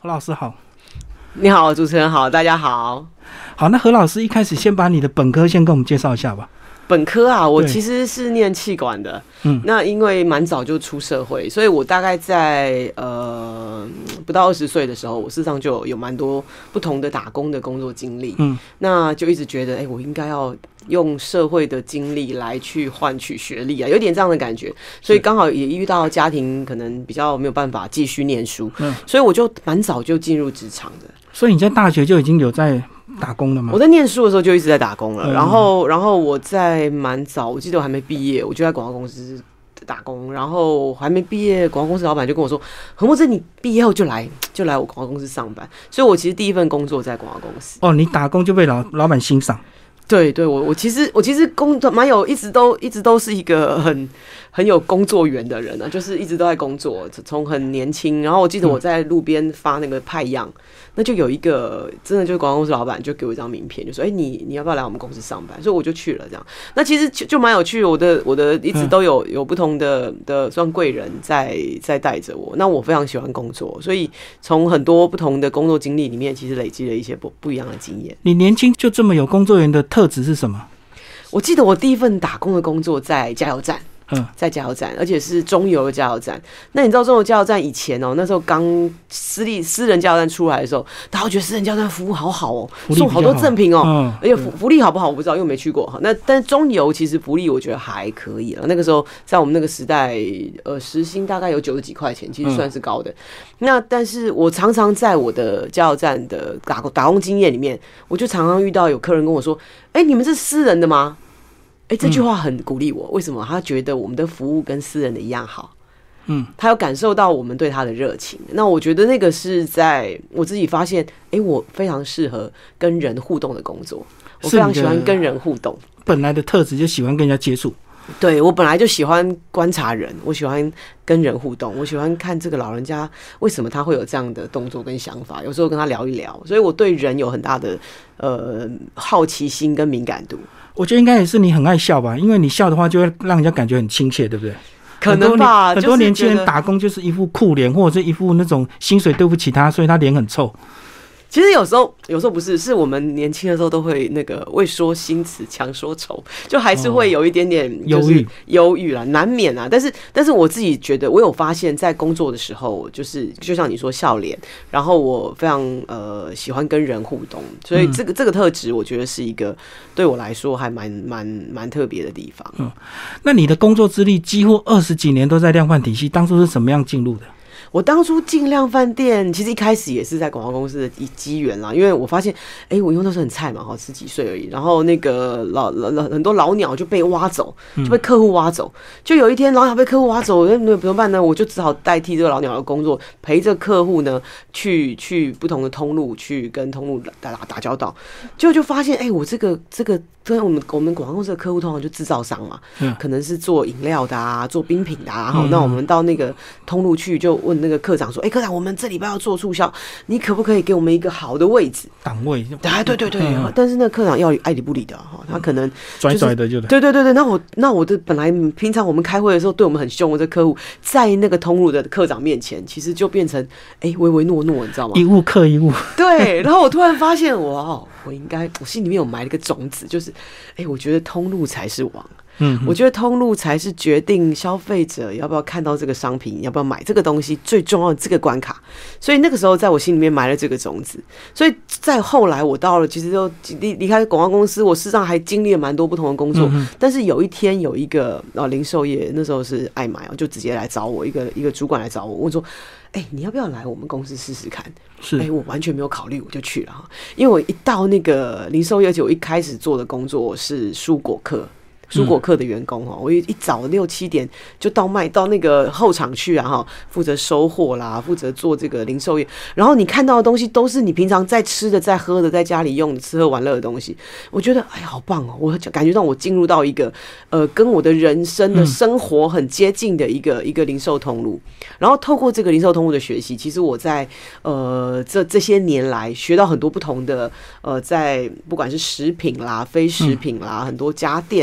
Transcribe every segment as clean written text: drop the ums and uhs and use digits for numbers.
何老师好。 你好，主持人好，大家好。 好，那何老师一开始先把你的本科先跟我们介绍一下吧。 本科啊，我其实是念企管的，那因为蛮早就出社会，所以我大概在不到20岁的时候，我事实上就有蛮多不同的打工的工作经历，那就一直觉得，我应该要用社会的经历来去换取学历啊，有点这样的感觉，所以刚好也遇到家庭可能比较没有办法继续念书，所以我就蛮早就进入职场的。 所以你在大学就已经有在打工了吗？ 我在念书的时候就一直在打工了，然后我在蛮早，我记得我还没毕业，我就在广告公司打工，然后还没毕业，广告公司老板就跟我说：“何墨芝，你毕业后就来我广告公司上班。”所以，我其实第一份工作在广告公司。 哦，你打工就被老板欣赏。 对，我其实工作蛮有，一直都是一个很有工作缘的人啊，就是一直都在工作，从很年轻。然后我记得我在路边发那个派样，那就有一个真的就是广告公司老板就给我一张名片，就说：“你要不要来我们公司上班？”所以我就去了，这样。那其实就蛮有趣的，我的一直都有不同的算贵人在带着我。那我非常喜欢工作，所以从很多不同的工作经历里面，其实累积了一些不一样的经验。 你年轻就这么有工作缘的特质是什么？ 我记得我第一份打工的工作在加油站。在加油站，而且是中油的加油站。那你知道中油加油站以前那时候刚私人加油站出来的时候，大家觉得私人加油站服务好好哦，送好多赠品哦，而且福利好不好我不知道，因为我没去过。但是中油其实福利我觉得还可以了。那个时候在我们那个时代，时薪大概有90几块钱，其实算是高的。那但是我常常在我的加油站的打工经验里面，我就常常遇到有客人跟我说：“你们是私人的吗？”这句话很鼓励我。为什么？他觉得我们的服务跟私人的一样好，他有感受到我们对他的热情。那我觉得那个是在我自己发现，我非常适合跟人互动的工作，我非常喜欢跟人互动。 本来的特质就喜欢跟人家接触。 对，我本来就喜欢观察人，我喜欢跟人互动，我喜欢看这个老人家为什么他会有这样的动作跟想法，有时候跟他聊一聊，所以我对人有很大的好奇心跟敏感度。我觉得应该也是你很爱笑吧，因为你笑的话就会让人家感觉很亲切，对不对？ 可能吧， 很多年轻人打工就是一副酷脸，或者是一副那种薪水对不起他，所以他脸很臭。 其实有时候不是，是我们年轻的时候都会那个未说新词强说愁，就还是会有一点点忧郁啦，难免啊。但是我自己觉得，我有发现，在工作的时候，就像你说笑脸，然后我非常喜欢跟人互动，所以这个特质，我觉得是一个对我来说还蛮特别的地方。 那你的工作资历几乎20几年都在量贩体系，当初是怎么样进入的？ 我当初进量贩店，其实一开始也是在广告公司的机缘啦，因为我发现，我因为那时候很菜嘛，10几岁而已，然后那个很多老鸟就被挖走，就被客户挖走，就有一天老鸟被客户挖走，那怎么办呢？我就只好代替这个老鸟的工作，陪着客户呢去不同的通路去跟通路打交道，就发现，我这个跟我们广告公司的客户通常就制造商嘛，可能是做饮料的啊，做冰品的啊，那我们到那个通路去就问那个科长说：“科长，我们这礼拜要做促销，你可不可以给我们一个好的位置？ 档位？” 对。但是那个科长要爱理不理的他可能拽的就对。那我的本来平常我们开会的时候对我们很凶的这客户，在那个通路的科长面前，其实就变成唯唯诺诺，你知道吗？ 一物克一物。 对。然后我突然发现，我心里面有埋了一个种子，就是我觉得通路才是王。我觉得通路才是决定消费者要不要看到这个商品，要不要买这个东西最重要的这个关卡。所以那个时候在我心里面埋了这个种子。所以在后来我到了，其实就离开广告公司，我事实上还经历了蛮多不同的工作。但是有一天有一个零售业，那时候是爱买，就直接来找我，一个主管来找我，问说：“你要不要来我们公司试试看？”我完全没有考虑，我就去了。因为我一到那个零售业，而且我一开始做的工作是蔬果课的员工我一早6、7点就到那个后场去啊负责收货啦，负责做这个零售业。然后你看到的东西都是你平常在吃的、在喝的、在家里用的、吃喝玩乐的东西。我觉得好棒哦！我感觉到我进入到一个跟我的人生的生活很接近的一个零售通路。然后透过这个零售通路的学习，其实我在这些年来学到很多不同的在不管是食品啦、非食品啦、很多家电啊。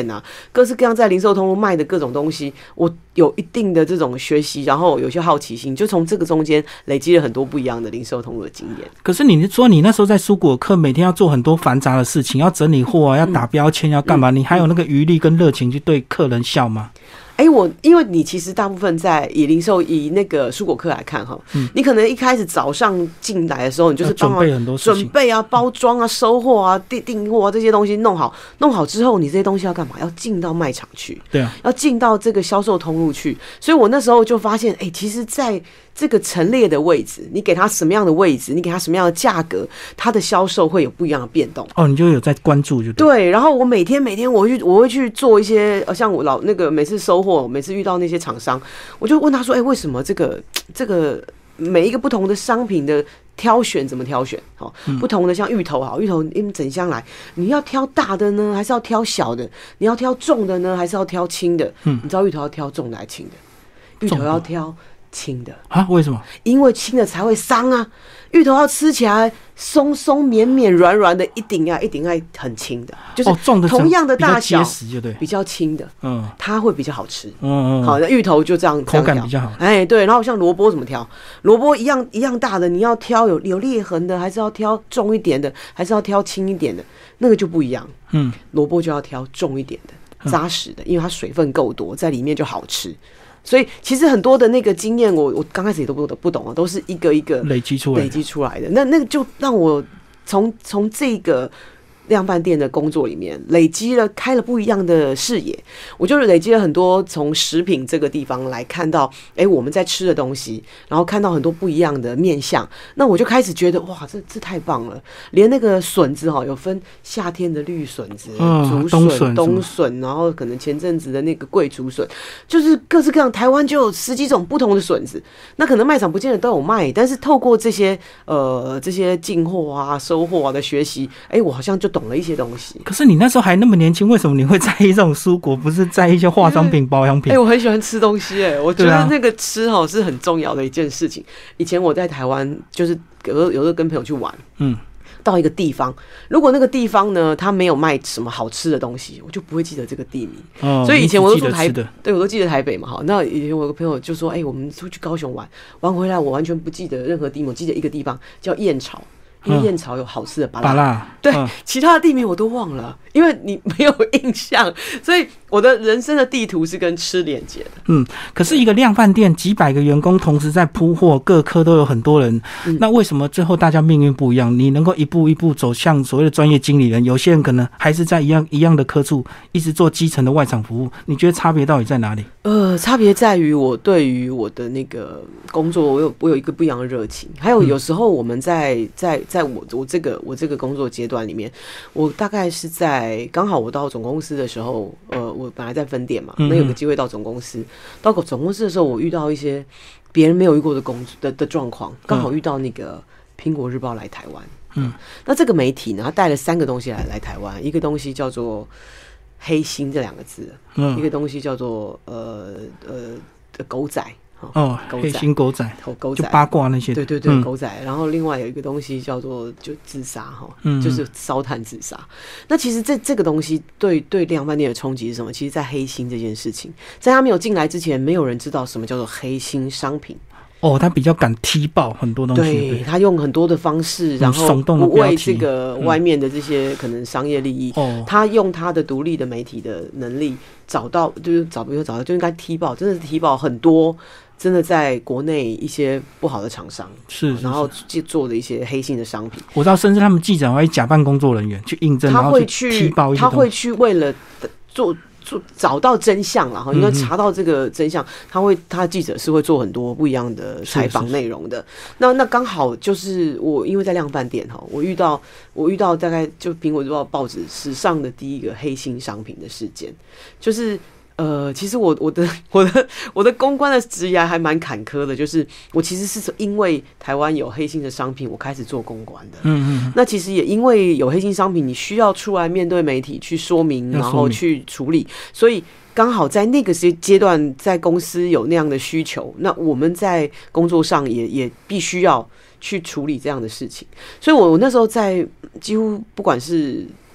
各式各样在零售通路卖的各种东西，我有一定的这种学习，然后有些好奇心，就从这个中间累积了很多不一样的零售通路的经验。 可是你说你那时候在蔬果课，每天要做很多繁杂的事情，要整理货啊，要打标签，要干嘛？你还有那个余力跟热情去对客人笑吗？ 因为你其实大部分在以零售以那个蔬果课来看哈，你可能一开始早上进来的时候，你就是准备很多事情， 准备啊、包装啊、收货啊、订货啊这些东西弄好之后，你这些东西要干嘛？要进到卖场去， 对啊， 要进到这个销售通路去。所以我那时候就发现，其实在这个陈列的位置，你给它什么样的位置，你给它什么样的价格，它的销售会有不一样的变动。 你就有在关注就对。然后我每天我会去做一些像我每次收货，每次遇到那些厂商，我就问他说，为什么这个每一个不同的商品的挑选怎么挑选？不同的像芋头整箱来，你要挑大的呢，还是要挑小的？你要挑重的呢，还是要挑轻的？你知道芋头要挑重的还是轻的？芋头要挑轻的啊？为什么？ 因为轻的才会伤啊！芋头要吃起来松松绵绵软软的，一定要很轻的，就是同样的大小，比较轻的，它会比较好吃。好，那芋头就这样口感比较好。 对。然后像萝卜怎么挑？萝卜一样大的，你要挑有裂痕的，还是要挑重一点的，还是要挑轻一点的？那个就不一样。萝卜就要挑重一点的，扎实的，因为它水分够多，在里面就好吃。所以其实很多的那个经验，我刚开始也都不懂啊，都是一个一个累积出来的。那个就让我从这个量贩店的工作里面开了不一样的视野，我就累积了很多从食品这个地方来看到，我们在吃的东西，然后看到很多不一样的面向，那我就开始觉得哇，这太棒了！连那个笋子有分夏天的绿笋子、竹笋、冬笋，然后可能前阵子的那个桂竹笋，就是各式各样，台湾就有10几种不同的笋子，那可能卖场不见得都有卖，但是透过这些进货啊、收货啊的学习，我好像就懂了一些东西。 可是你那时候还那么年轻，为什么你会在意这种蔬果，不是在意一些化妆品、保养品？ 我很喜欢吃东西，我觉得那个吃是很重要的一件事情。以前我在台湾，就是有时候跟朋友去玩，到一个地方，如果那个地方呢，他没有卖什么好吃的东西，我就不会记得这个地名。所以以前我都住台北，对，我都记得台北嘛。那以前我有个朋友就说，我们出去高雄玩回来，我完全不记得任何地名，我记得一个地方叫燕巢。因为燕巢有好吃的芭乐，对，其他的地名我都忘了，因为你没有印象，所以我的人生的地图是跟吃连接的。 可是一个量贩店几百个员工同时在铺货，各科都有很多人，那为什么最后大家命运不一样？你能够一步一步走向所谓的专业经理人，有些人可能还是在一样的科处一直做基层的外场服务，你觉得差别到底在哪里？ 差别在于我对于我的那个工作，我有一个不一样的热情，还有时候我们在我这个工作阶段里面，我大概是在刚好我到总公司的时候，我本来在分店嘛，那有个机会到总公司，到总公司的时候，我遇到一些别人没有遇过的状况，刚好遇到那个苹果日报来台湾，那这个媒体呢，他带了3个东西来台湾，一个东西叫做黑心这2个字，一个东西叫做狗仔。 黑心狗仔，就八卦那些， 对，狗仔。然后另外有一个东西叫做就自杀就是烧炭自杀。那其实这个东西对量贩店的冲击是什么？其实，在黑心这件事情，在他没有进来之前，没有人知道什么叫做黑心商品。 他比较敢踢爆很多东西， 对，他用很多的方式，然后不为这个外面的这些可能商业利益，他用他的独立的媒体的能力找到就应该踢爆，真的是踢爆很多。真的在国内一些不好的厂商是然后做的一些黑心的商品， 我知道，甚至他们记者会假扮工作人员去应征，然后去踢爆一些东西， 他会去为了找到真相了哈，因为查到这个真相，他记者是会做很多不一样的采访内容的。那刚好就是我因为在量贩店哈，我遇到大概就苹果日报报纸史上的第一个黑心商品的事件，就是。其实我的公关的职业还蛮坎坷的，就是我其实是因为台湾有黑心的商品，我开始做公关的。那其实也因为有黑心商品，你需要出来面对媒体去说明，然后去处理，所以刚好在那个阶段，在公司有那样的需求，那我们在工作上也必须要去处理这样的事情。所以我那时候在几乎不管是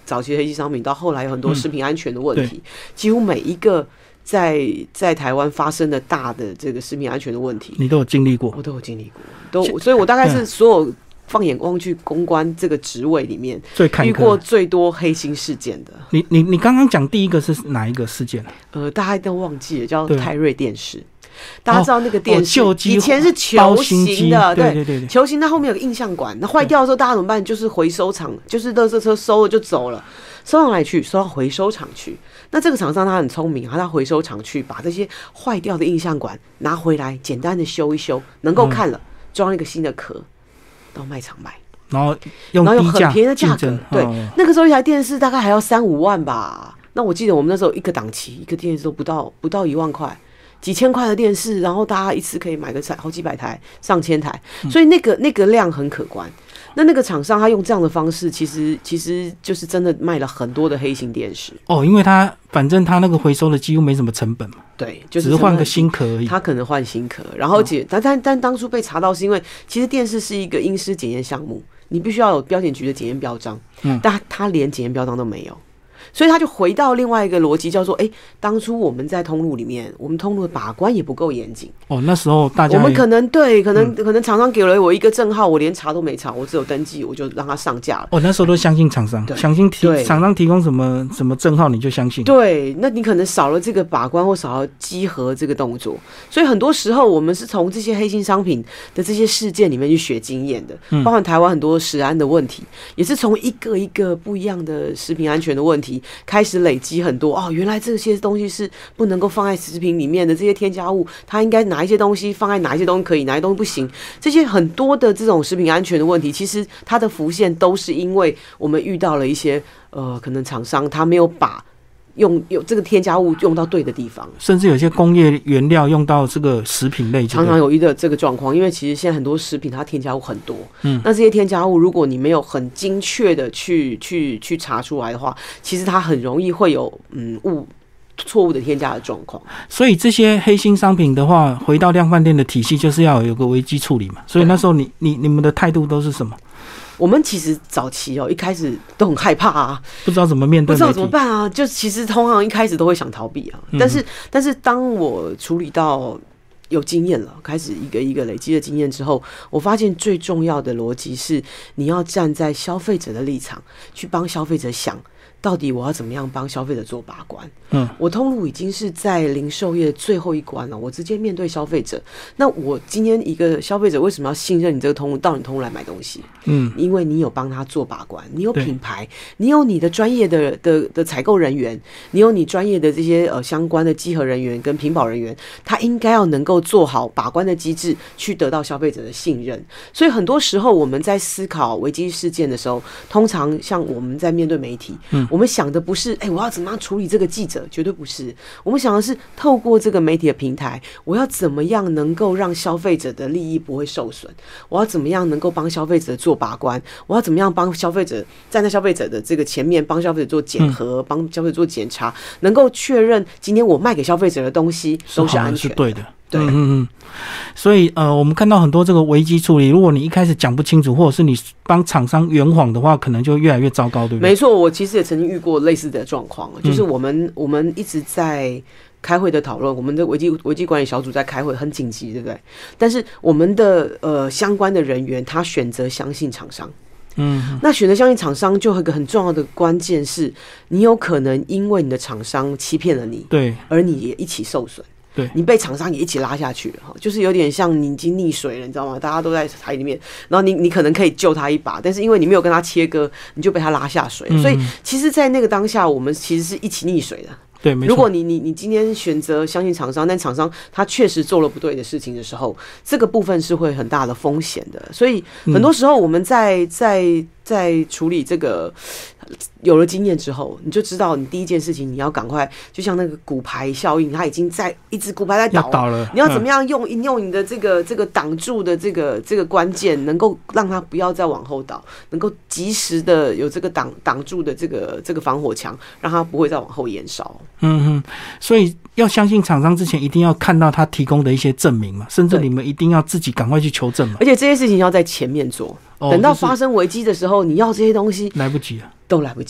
早期的黑心商品，到后来有很多食品安全的问题，几乎每一个在台湾发生的大的这个食品安全的问题， 你都有经历过， 我都有经历过，所以我大概是所有放眼光去公关这个职位里面遇过最多黑心事件的。 你刚刚讲第一个是哪一个事件？ 大家都忘记了，叫泰瑞电视。大家知道那个电视以前是球形的，对，球形，它后面有个映像管，那坏掉的时候大家怎么办？就是回收厂，就是垃圾车收了就走了，收到哪里去？收到回收厂去。那这个厂商他很聪明，他到回收厂去把这些坏掉的映像管拿回来，简单的修一修，能够看了，装一个新的壳，到卖场卖。 然后用很便宜的价格，对，那个时候一台电视大概还要3-5万吧。那我记得我们那时候一个档期，一个电视都不到1万块，几千块的电视，然后大家一次可以买个好几百台、上千台，所以那个量很可观。那个厂商他用这样的方式，其实就是真的卖了很多的黑心电视。 因为反正他那个回收的几乎没什么成本嘛， 对，就是只是换个新壳而已。 他可能换新壳，然后但当初被查到是因为其实电视是一个阴湿检验项目，你必须要有标检局的检验标章，但他连检验标章都没有。所以他就回到另外一个逻辑，叫做当初我们在通路里面，我们通路的把关也不够严谨。 那时候大家我们可能厂商给了我一个证号，我连查都没查，我只有登记，我就让他上架了。 那时候都相信厂商，相信厂商提供什么证号你就相信。 对，那你可能少了这个把关或少了稽核这个动作，所以很多时候我们是从这些黑心商品的这些事件里面去学经验的，包含台湾很多食安的问题，也是从一个一个不一样的食品安全的问题开始累积很多原来这些东西是不能够放在食品里面的，这些添加物它应该哪一些东西放在哪一些东西可以，哪些东西不行，这些很多的这种食品安全的问题，其实它的浮现都是因为我们遇到了一些可能厂商他没有把有这个添加物用到对的地方， 甚至有些工业原料用到这个食品类， 常常有一个这个状况。因为其实现在很多食品它添加物很多，那这些添加物如果你没有很精确的去查出来的话，其实它很容易会有错误的添加的状况。 所以这些黑心商品的话，回到量贩店的体系，就是要有个危机处理嘛。所以那时候你们的态度都是什么？ 我们其实早期一开始都很害怕啊， 不知道怎么面对， 不知道怎么办啊，就其实通常一开始都会想逃避啊。但是当我处理到有经验了，开始一个一个累积的经验之后，我发现最重要的逻辑是你要站在消费者的立场去帮消费者想，到底我要怎么样帮消费者做把关。我通路已经是在零售业的最后一关了，我直接面对消费者。那我今天一个消费者为什么要信任你这个通路，到你通路来买东西？因为你有帮他做把关，你有品牌，你有你的专业的采购人员，你有你专业的这些相关的稽核人员跟品保人员，他应该要能够做好把关的机制，去得到消费者的信任。所以很多时候我们在思考危机事件的时候，通常像我们在面对媒体，我们想的不是我要怎么样处理这个记者，绝对不是。我们想的是透过这个媒体的平台，我要怎么样能够让消费者的利益不会受损，我要怎么样能够帮消费者做把关，我要怎么样帮消费者站在消费者的这个前面，帮消费者做检核，帮消费者做检查，能够确认今天我卖给消费者的东西都是安全的， 是对的。 对， 所以我们看到很多这个危机处理，如果你一开始讲不清楚，或者是你帮厂商圆谎的话，可能就越来越糟糕，对不对？ 没错，我其实也曾经遇过类似的状况，就是我们一直在开会的讨论，我们的危机管理小组在开会，很紧急，对不对？但是我们的相关的人员他选择相信厂商。那选择相信厂商，就有一个很重要的关键是，你有可能因为你的厂商欺骗了你， 对， 而你也一起受损。 对， 你被厂商也一起拉下去了，就是有点像你已经溺水了，你知道吗？大家都在海里面，然后你可能可以救他一把，但是因为你没有跟他切割，你就被他拉下水。所以其实，在那个当下，我们其实是一起溺水的。 对，没错。 如果你今天选择相信厂商，但厂商他确实做了不对的事情的时候，这个部分是会很大的风险的。所以很多时候我们在处理这个有了经验之后，你就知道你第一件事情你要赶快，就像那个骨牌效应，它已经在一只骨牌在倒了，你要怎么样用你的这个挡住的这个关键，能够让它不要再往后倒，能够及时的有这个挡住的这个防火墙，让它不会再往后延烧。 所以要相信厂商之前，一定要看到他提供的一些证明嘛，甚至你们一定要自己赶快去求证嘛。 而且这些事情要在前面做，等到发生危机的时候，你要这些东西来不及了， 都来不及了。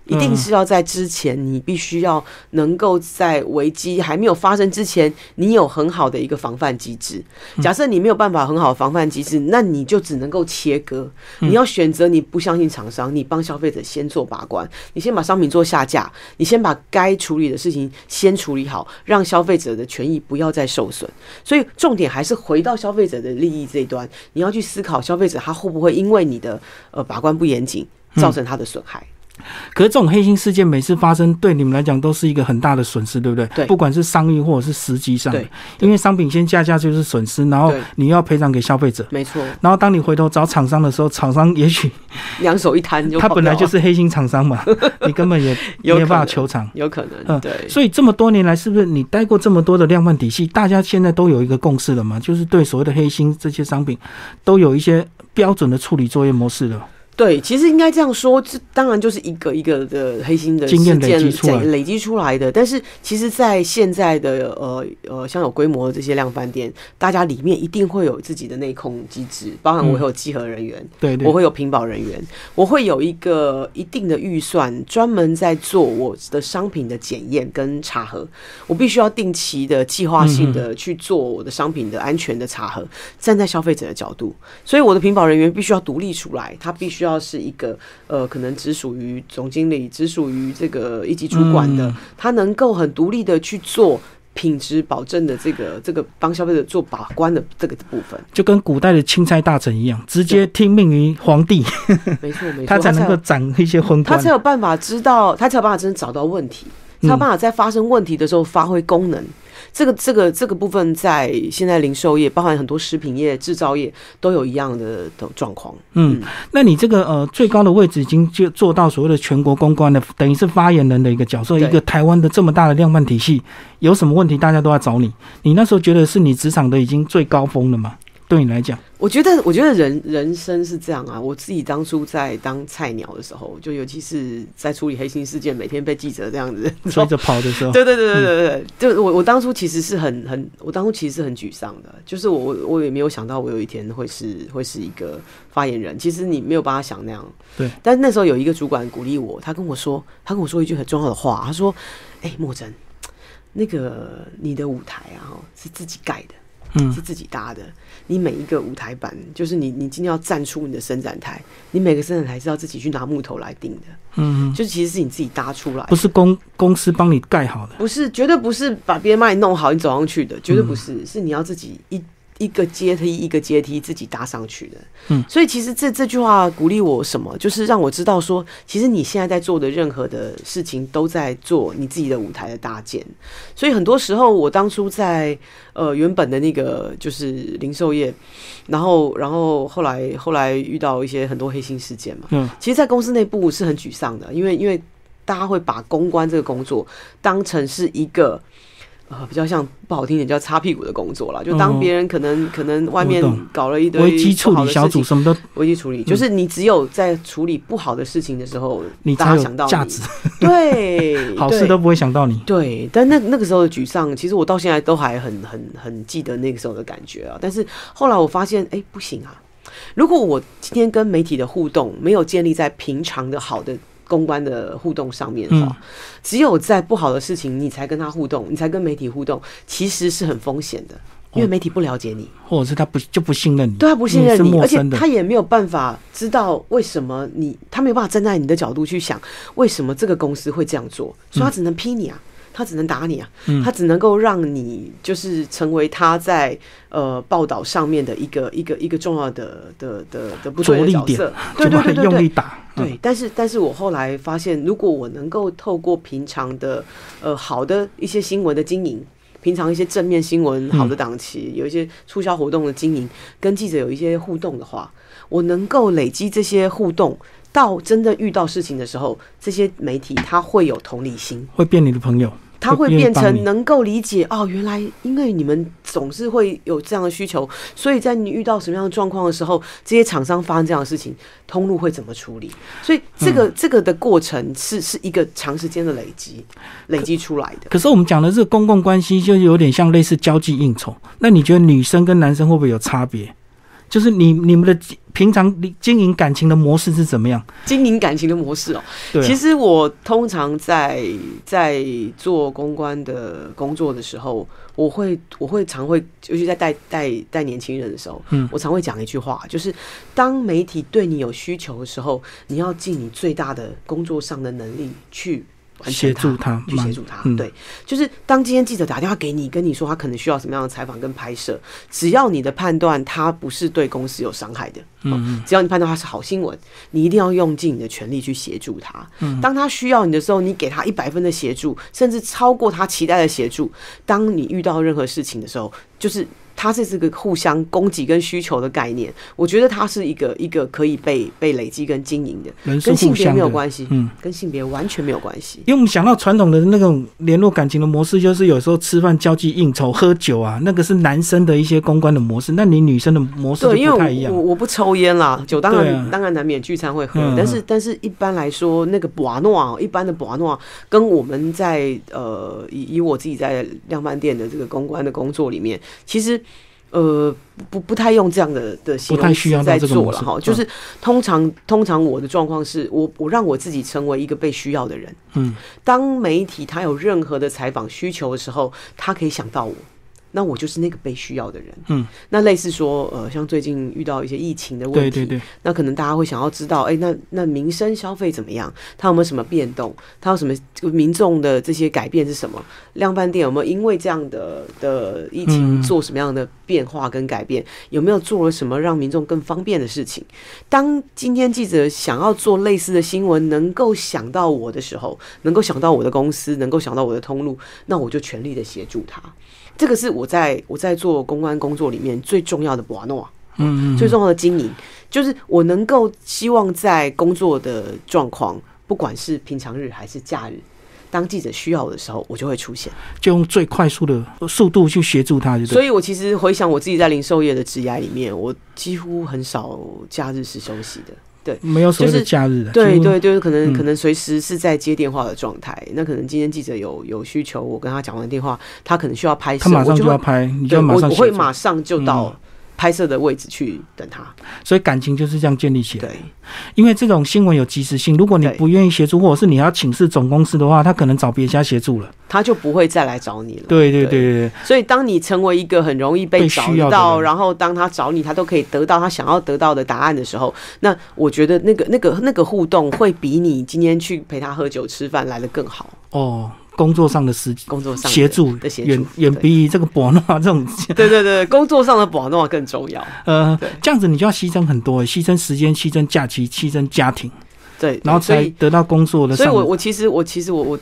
一定是要在之前，你必须要能够在危机还没有发生之前，你有很好的一个防范机制。假设你没有办法很好的防范机制，那你就只能够切割。你要选择你不相信厂商，你帮消费者先做把关，你先把商品做下架，你先把该处理的事情先处理好，让消费者的权益不要再受损。所以重点还是回到消费者的利益这一端，你要去思考消费者他会不会因为你的把关不严谨造成他的损害。 可是这种黑心事件每次发生，对你们来讲都是一个很大的损失，对不对？ 对， 不管是商誉或者是实际上， 对， 因为商品先下架就是损失，然后你要赔偿给消费者， 没错。 然后当你回头找厂商的时候，厂商也许两手一摊就他本来就是黑心厂商嘛，你根本也没有办法求偿， 有可能。对。 所以这么多年来，是不是你待过这么多的量贩体系，大家现在都有一个共识了嘛？就是对所谓的黑心这些商品，都有一些标准的处理作业模式了。 对，其实应该这样说，这当然就是一个一个的黑心的事件累积出来的。但是，其实，在现在的像有规模的这些量贩店，大家里面一定会有自己的内控机制，包含我会有稽核人员，对，我会有品保人员，我会有一个一定的预算，专门在做我的商品的检验跟查核。我必须要定期的、计划性的去做我的商品的安全的查核，站在消费者的角度，所以我的品保人员必须要独立出来，他必须要是一个可能只属于总经理，只属于这个一级主管的，他能够很独立的去做品质保证的这个帮消费者做把关的这个部分， 就跟古代的钦差大臣一样，直接听命于皇帝， 没错没错， 他才能够掌一些昏官， 他才有办法知道，他才有办法真的找到问题，才有办法在发生问题的时候发挥功能。这个部分在现在零售业，包含很多食品业、制造业都有一样的状况。 那你这个最高的位置已经就做到所谓的全国公关的，等于是发言人的一个角色。一个台湾的这么大的量贩体系，有什么问题大家都要找你。你那时候觉得是你职场的已经最高峰了吗？对你来讲？ 我觉得人生是这样啊。我自己当初在当菜鸟的时候，就尤其是在处理黑心事件，每天被记者这样子追着跑的时候， 对，就我当初其实是很沮丧的，就是我也没有想到我有一天会是一个发言人。其实你没有办法想那样， 对。 但那时候有一个主管鼓励我，他跟我说一句很重要的话，他说：“默真，那个你的舞台啊，是自己盖的。”是自己搭的。你每一个舞台板，就是你今天要站出你的伸展台，你每个伸展台是要自己去拿木头来钉的。就是其实是你自己搭出来的， 不是公司帮你盖好的， 不是，绝对不是把别人帮你弄好你走上去的，绝对不是，是你要自己一个阶梯一个阶梯自己搭上去的。所以其实这句话鼓励我什么，就是让我知道说，其实你现在在做的任何的事情都在做你自己的舞台的搭建。所以很多时候我当初在原本的那个就是零售业，然后后来遇到一些很多黑心事件嘛。其实在公司内部是很沮丧的，因为大家会把公关这个工作当成是一个比较像不好听点叫擦屁股的工作啦，就当别人可能外面搞了一堆危机处理小组，什么都危机处理，就是你只有在处理不好的事情的时候， 你才有价值。 对， 好事都不会想到你。 对，但那个时候的沮丧，其实我到现在都还很记得那个时候的感觉啊。但是后来我发现，不行啊！如果我今天跟媒体的互动没有建立在平常的好的公关的互动上面的话，只有在不好的事情你才跟他互动，你才跟媒体互动，其实是很风险的，因为媒体不了解你， 或者是他不信任你， 对，他不信任你，而且他也没有办法知道为什么他没有办法站在你的角度去想为什么这个公司会这样做，所以他只能批你啊。他只能打你啊，他只能够让你就是成为他在报道上面的一个重要的不对的角色，对， 用力打。 对，但是我后来发现，如果我能够透过平常的好的一些新闻的经营，平常一些正面新闻好的档期，有一些促销活动的经营，跟记者有一些互动的话，我能够累积这些互动。到真的遇到事情的时候，这些媒体他会有同理心， 会变你的朋友， 他会变成能够理解原来因为你们总是会有这样的需求，所以在你遇到什么样的状况的时候，这些厂商发生这样的事情，通路会怎么处理？所以这个的过程是一个长时间的累积出来的。 可是我们讲的这个公共关系，就有点像类似交际应酬。那你觉得女生跟男生会不会有差别？ 就是你们的平常经营感情的模式是怎么样？ 经营感情的模式其实我通常在做公关的工作的时候，我会常会，尤其在带年轻人的时候，我常会讲一句话，就是当媒体对你有需求的时候，你要尽你最大的工作上的能力去协助他， 对，就是当今天记者打电话给你，跟你说他可能需要什么样的采访跟拍摄，只要你的判断他不是对公司有伤害的，只要你判断他是好新闻，你一定要用尽你的全力去协助他。当他需要你的时候，你给他100分的协助，甚至超过他期待的协助。当你遇到任何事情的时候，就是它是这个互相供给跟需求的概念，我觉得它是一个可以被累积跟经营的，跟性别没有关系，跟性别完全没有关系。 因为我们想到传统的那种联络感情的模式，就是有时候吃饭、交际、应酬、喝酒啊，那个是男生的一些公关的模式，那你女生的模式就不太一样。 对，因为我不抽烟啦，酒当然难免聚餐会喝，但是一般来说，那个博诺一般的博诺，跟我们在以我自己在量贩店的这个公关的工作里面，其实不太用这样的形容词在做了哈，就是通常我的状况是我让我自己成为一个被需要的人。当媒体他有任何的采访需求的时候，他可以想到我。那我就是那个被需要的人。那类似说，像最近遇到一些疫情的问题，对，那可能大家会想要知道，那民生消费怎么样？它有没有什么变动？它有什么民众的这些改变是什么？量贩店有没有因为这样的疫情做什么样的变化跟改变？有没有做了什么让民众更方便的事情？当今天记者想要做类似的新闻，能够想到我的时候，能够想到我的公司，能够想到我的通路，那我就全力的协助他。这个是我在做公关工作里面最重要的博诺，最重要的经营，就是我能够希望在工作的状况，不管是平常日还是假日，当记者需要我的时候，我就会出现， 就用最快速的速度去协助他。 所以我其实回想我自己在零售业的职涯里面，我几乎很少假日是休息的。对， 没有所谓的假日的， 对，可能随时是在接电话的状态。那可能今天记者有需求，我跟他讲完电话，他可能需要拍摄， 他马上就要拍，你就要马上我会马上就到拍摄的位置去等他。 所以感情就是这样建立起来。 对， 因为这种新闻有即时性，如果你不愿意协助，或者是你要请示总公司的话，他可能找别家协助了， 他就不会再来找你了。 对。 所以当你成为一个很容易被找到，然后当他找你，他都可以得到他想要得到的答案的时候，那我觉得那个互动会比你今天去陪他喝酒吃饭来得更好。 工作上的协助远比这个博诺这种对，工作上的博诺更重要。 这样子你就要牺牲很多，牺牲时间，牺牲假期，牺牲家庭。 对， 然后才得到工作的。 所以我其实有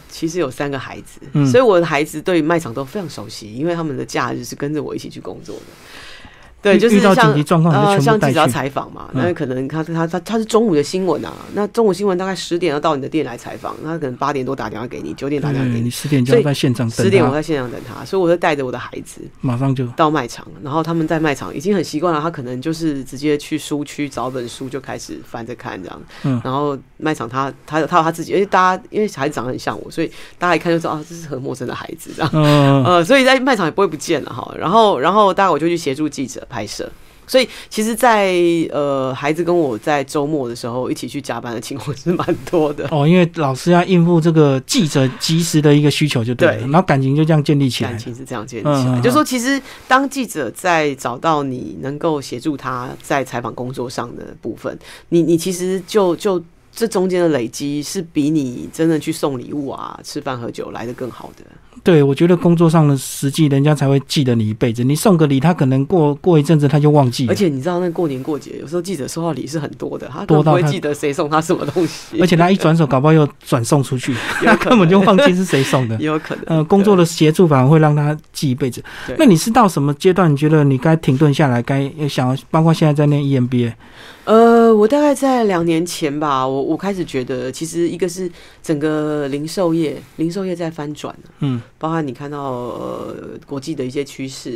3个孩子，所以我的孩子对卖场都非常熟悉，因为他们的假日是跟着我一起去工作的。对，就是像像记者要采访嘛，那可能他是中午的新闻啊，那中午新闻大概10点要到你的店来采访，他可能8点多打电话给你，9点打电话给你 ，10点就要在现场等他。10 点我在现场等他，所以我会带着我的孩子马上就到卖场，然后他们在卖场已经很习惯了，他可能就是直接去书区找本书就开始翻着看这样，然后卖场他有他自己，因为孩子长得很像我，所以大家一看就知道这是很陌生的孩子这样，所以在卖场也不会不见了哈，然后大概我就去协助记者拍摄。所以其实在孩子跟我在周末的时候一起去加班的情况是蛮多的因为老师要应付这个记者及时的一个需求就对了，然后感情就这样建立起来， 感情是这样建立起来，就是说其实当记者在找到你能够协助他在采访工作上的部分，你其实就这中间的累积是比你真的去送礼物啊吃饭喝酒来得更好的。 对，我觉得工作上的实际人家才会记得你一辈子，你送个礼他可能过一阵子他就忘记了。 而且你知道那过年过节有时候记者收到礼是很多的，他根本不会记得谁送他什么东西， 而且他一转手搞不好又转送出去他根本就忘记是谁送的有可能工作的协助反而会让他记一辈子。那你是到什么阶段你觉得你该停顿下来，该想包括现在在念 EMBA？ 我大概在2年前吧，我开始觉得，其实一个是整个零售业在翻转，包含你看到国际的一些趋势，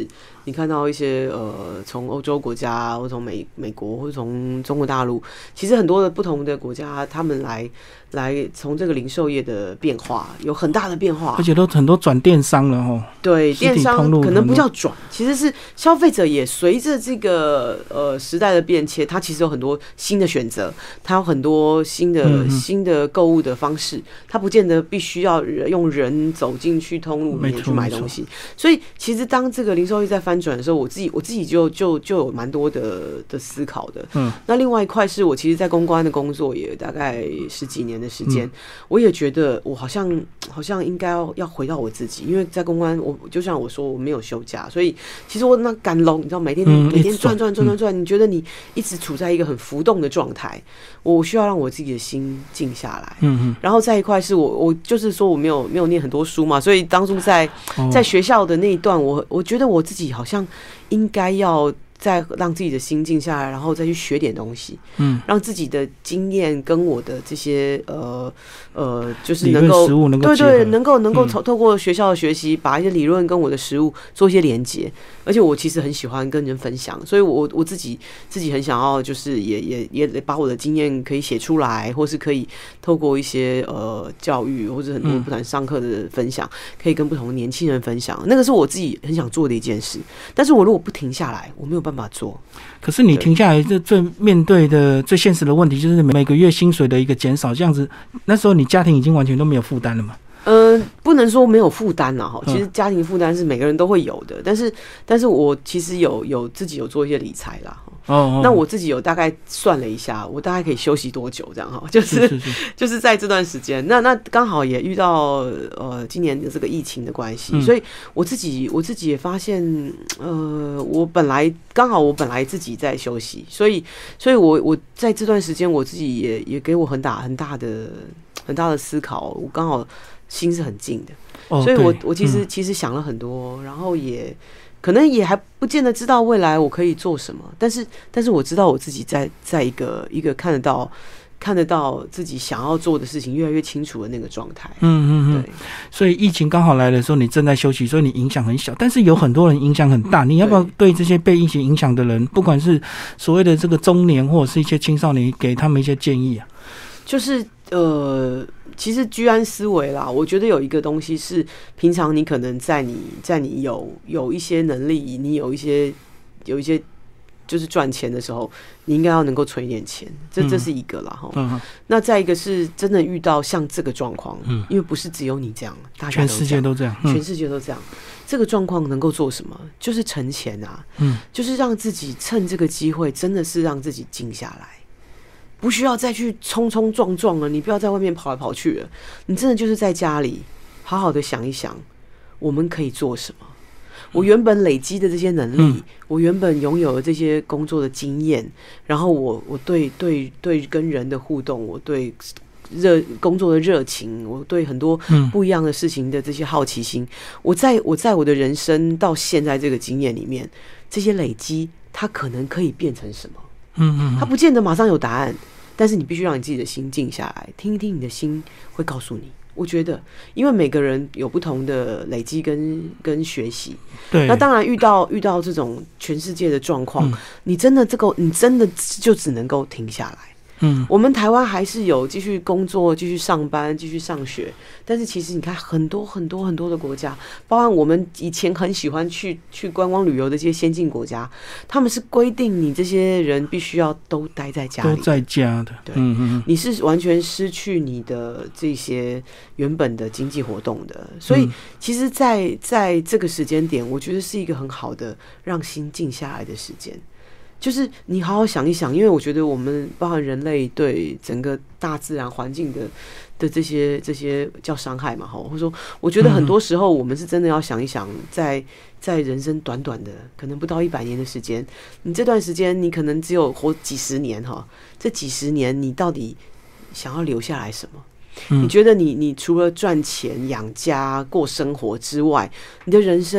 你看到一些从欧洲国家，或从美国，或者从中国大陆，其实很多的不同的国家，他们来从这个零售业的变化有很大的变化， 而且都很多转电商了齁。 对，电商可能不叫转，其实是消费者也随着这个时代的变迁，它其实有很多新的选择，它有很多新的购物的方式，它不见得必须要用人走进去通路里面去买东西。所以其实当这个零售业在翻转的时候，我自己就有蛮多的思考的。那另外一块是我其实在公关的工作也大概10几年的时间，我也觉得我好像应该要回到我自己，因为在公关我就像我说我没有休假，所以其实我那赶龙，你知道每天转，你觉得你一直处在一个很浮动的状态，我需要让我自己的心静下来。然后再一块是我就是说我没有念很多书嘛，所以当初在学校的那一段，我觉得我自己好像应该要再让自己的心静下来，然后再去学点东西，让自己的经验跟我的这些就是能够对能够透过学校的学习，把一些理论跟我的实务做一些连结。而且我其实很喜欢跟人分享，所以我自己很想要，就是也把我的经验可以写出来，或是可以透过一些教育或者很多不同上课的分享，可以跟不同的年轻人分享。那个是我自己很想做的一件事，但是我如果不停下来，我没有办法做。 可是你停下来，这最面对的最现实的问题就是每个月薪水的一个减少，这样子，那时候你家庭已经完全都没有负担了嘛？ 不能说没有负担啦，其实家庭负担是每个人都会有的，但是我其实有自己有做一些理财啦。那我自己有大概算了一下，我大概可以休息多久这样哈，就是在这段时间，那刚好也遇到今年的这个疫情的关系，所以我自己也发现，我本来自己在休息，所以我在这段时间我自己也给我很大的思考，我刚好心是很静的，所以我其实想了很多，然后也可能也还不见得知道未来我可以做什么，但是我知道我自己在一个看得到自己想要做的事情越来越清楚的那个状态。对。 所以疫情刚好来的时候，你正在休息，所以你影响很小，但是有很多人影响很大。你要不要对这些被疫情影响的人，不管是所谓的这个中年或者是一些青少年，给他们一些建议啊？ 就是其实居安思危啦。我觉得有一个东西是，平常你可能在你有一些能力，你有一些就是赚钱的时候，你应该要能够存一点钱，这是一个啦哈。那再一个是真的遇到像这个状况，因为不是只有你这样，大家全世界都这样， 全世界都这样。这个状况能够做什么？就是存钱啊，就是让自己趁这个机会，真的是让自己静下来。不需要再去冲冲撞撞了，你不要在外面跑来跑去了，你真的就是在家里好好的想一想，我们可以做什么。我原本累积的这些能力，我原本拥有的这些工作的经验，然后我对跟人的互动，我对工作的热情，我对很多不一样的事情的这些好奇心，我在我的人生到现在这个经验里面，这些累积它可能可以变成什么？它不见得马上有答案，但是你必须让你自己的心静下来，听一听你的心会告诉你。我觉得，因为每个人有不同的累积跟学习，对，那当然遇到这种全世界的状况，你真的就只能够停下来。我们台湾还是有继续工作、继续上班、继续上学，但是其实你看很多的国家，包含我们以前很喜欢去观光旅游的这些先进国家，他们是规定你这些人必须要都待在家里， 都在家的。 对，你是完全失去你的这些原本的经济活动的。所以其实在这个时间点，我觉得是一个很好的让心静下来的时间。就是你好好想一想，因为我觉得我们包含人类对整个大自然环境的这些叫伤害嘛，或者说我觉得很多时候我们是真的要想一想，在人生短短的可能不到100年的时间，你这段时间你可能只有活几十年这几十年你到底想要留下来什么？你觉得你除了赚钱养家过生活之外，你的人生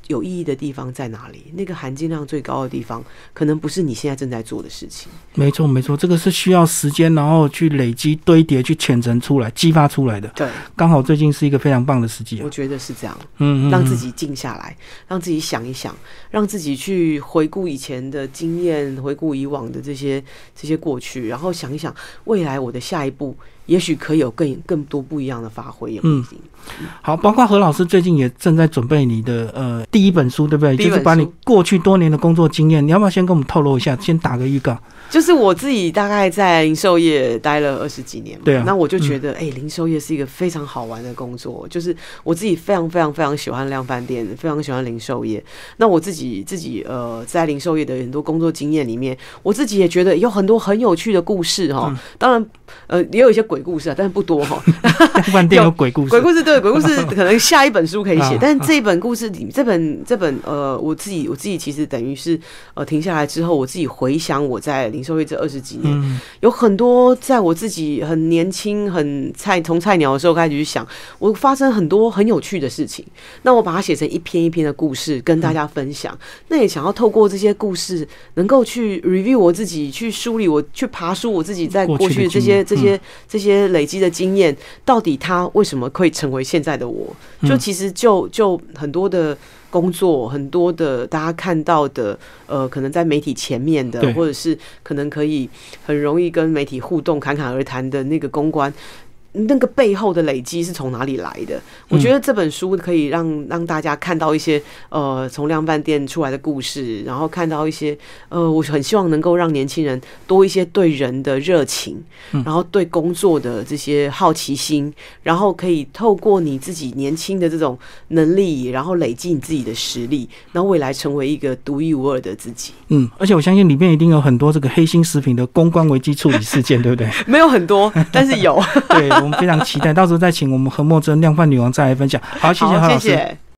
有意义的地方在哪里？那个含金量最高的地方，可能不是你现在正在做的事情。 没错，没错，这个是需要时间，然后去累积、堆叠、去潜成出来、激发出来的。 对， 刚好最近是一个非常棒的时机。 我觉得是这样。让自己静下来，让自己想一想，让自己去回顾以前的经验，回顾以往的这些过去，然后想一想未来我的下一步。也许可以有更多不一样的发挥，也不一定。 好，包括何老师最近也正在准备你的第一本书，对不对？就是把你过去多年的工作经验，你要不要先跟我们透露一下？先打个预告。 就是我自己大概在零售业待了20几年嘛， 对啊， 那我就觉得，零售业是一个非常好玩的工作。就是我自己非常非常非常喜欢量贩店，非常喜欢零售业。那我自己在零售业的很多工作经验里面，我自己也觉得有很多很有趣的故事哈。当然，也有一些鬼故事啊，但是不多哈。 量贩店有鬼故事， 鬼故事对，鬼故事可能下一本书可以写，但是这一本故事里，这本我自己其实等于是停下来之后，我自己回想我在零售业这20几年，有很多在我自己很年轻、从菜鸟的时候开始去想，我发生很多很有趣的事情。那我把它写成一篇一篇的故事跟大家分享。那也想要透过这些故事，能够去 review 我自己，去梳理去爬梳我自己在过去这些累积的经验，到底它为什么会成为现在的我？就其实就很多的工作，很多的大家看到的，可能在媒体前面的，或者是可能可以很容易跟媒体互动、侃侃而谈的那个公关。那个背后的累积是从哪里来的？我觉得这本书可以让大家看到一些从量贩店出来的故事，然后看到一些我很希望能够让年轻人多一些对人的热情，然后对工作的这些好奇心，然后可以透过你自己年轻的这种能力，然后累积你自己的实力，那未来成为一个独一无二的自己。 而且我相信里面一定有很多这个黑心食品的公关危机处理事件，对不对？ 没有很多，但是有。 对。我们非常期待，到时候再请我们何墨珍量贩女王再来分享。好，谢谢何老师。谢谢。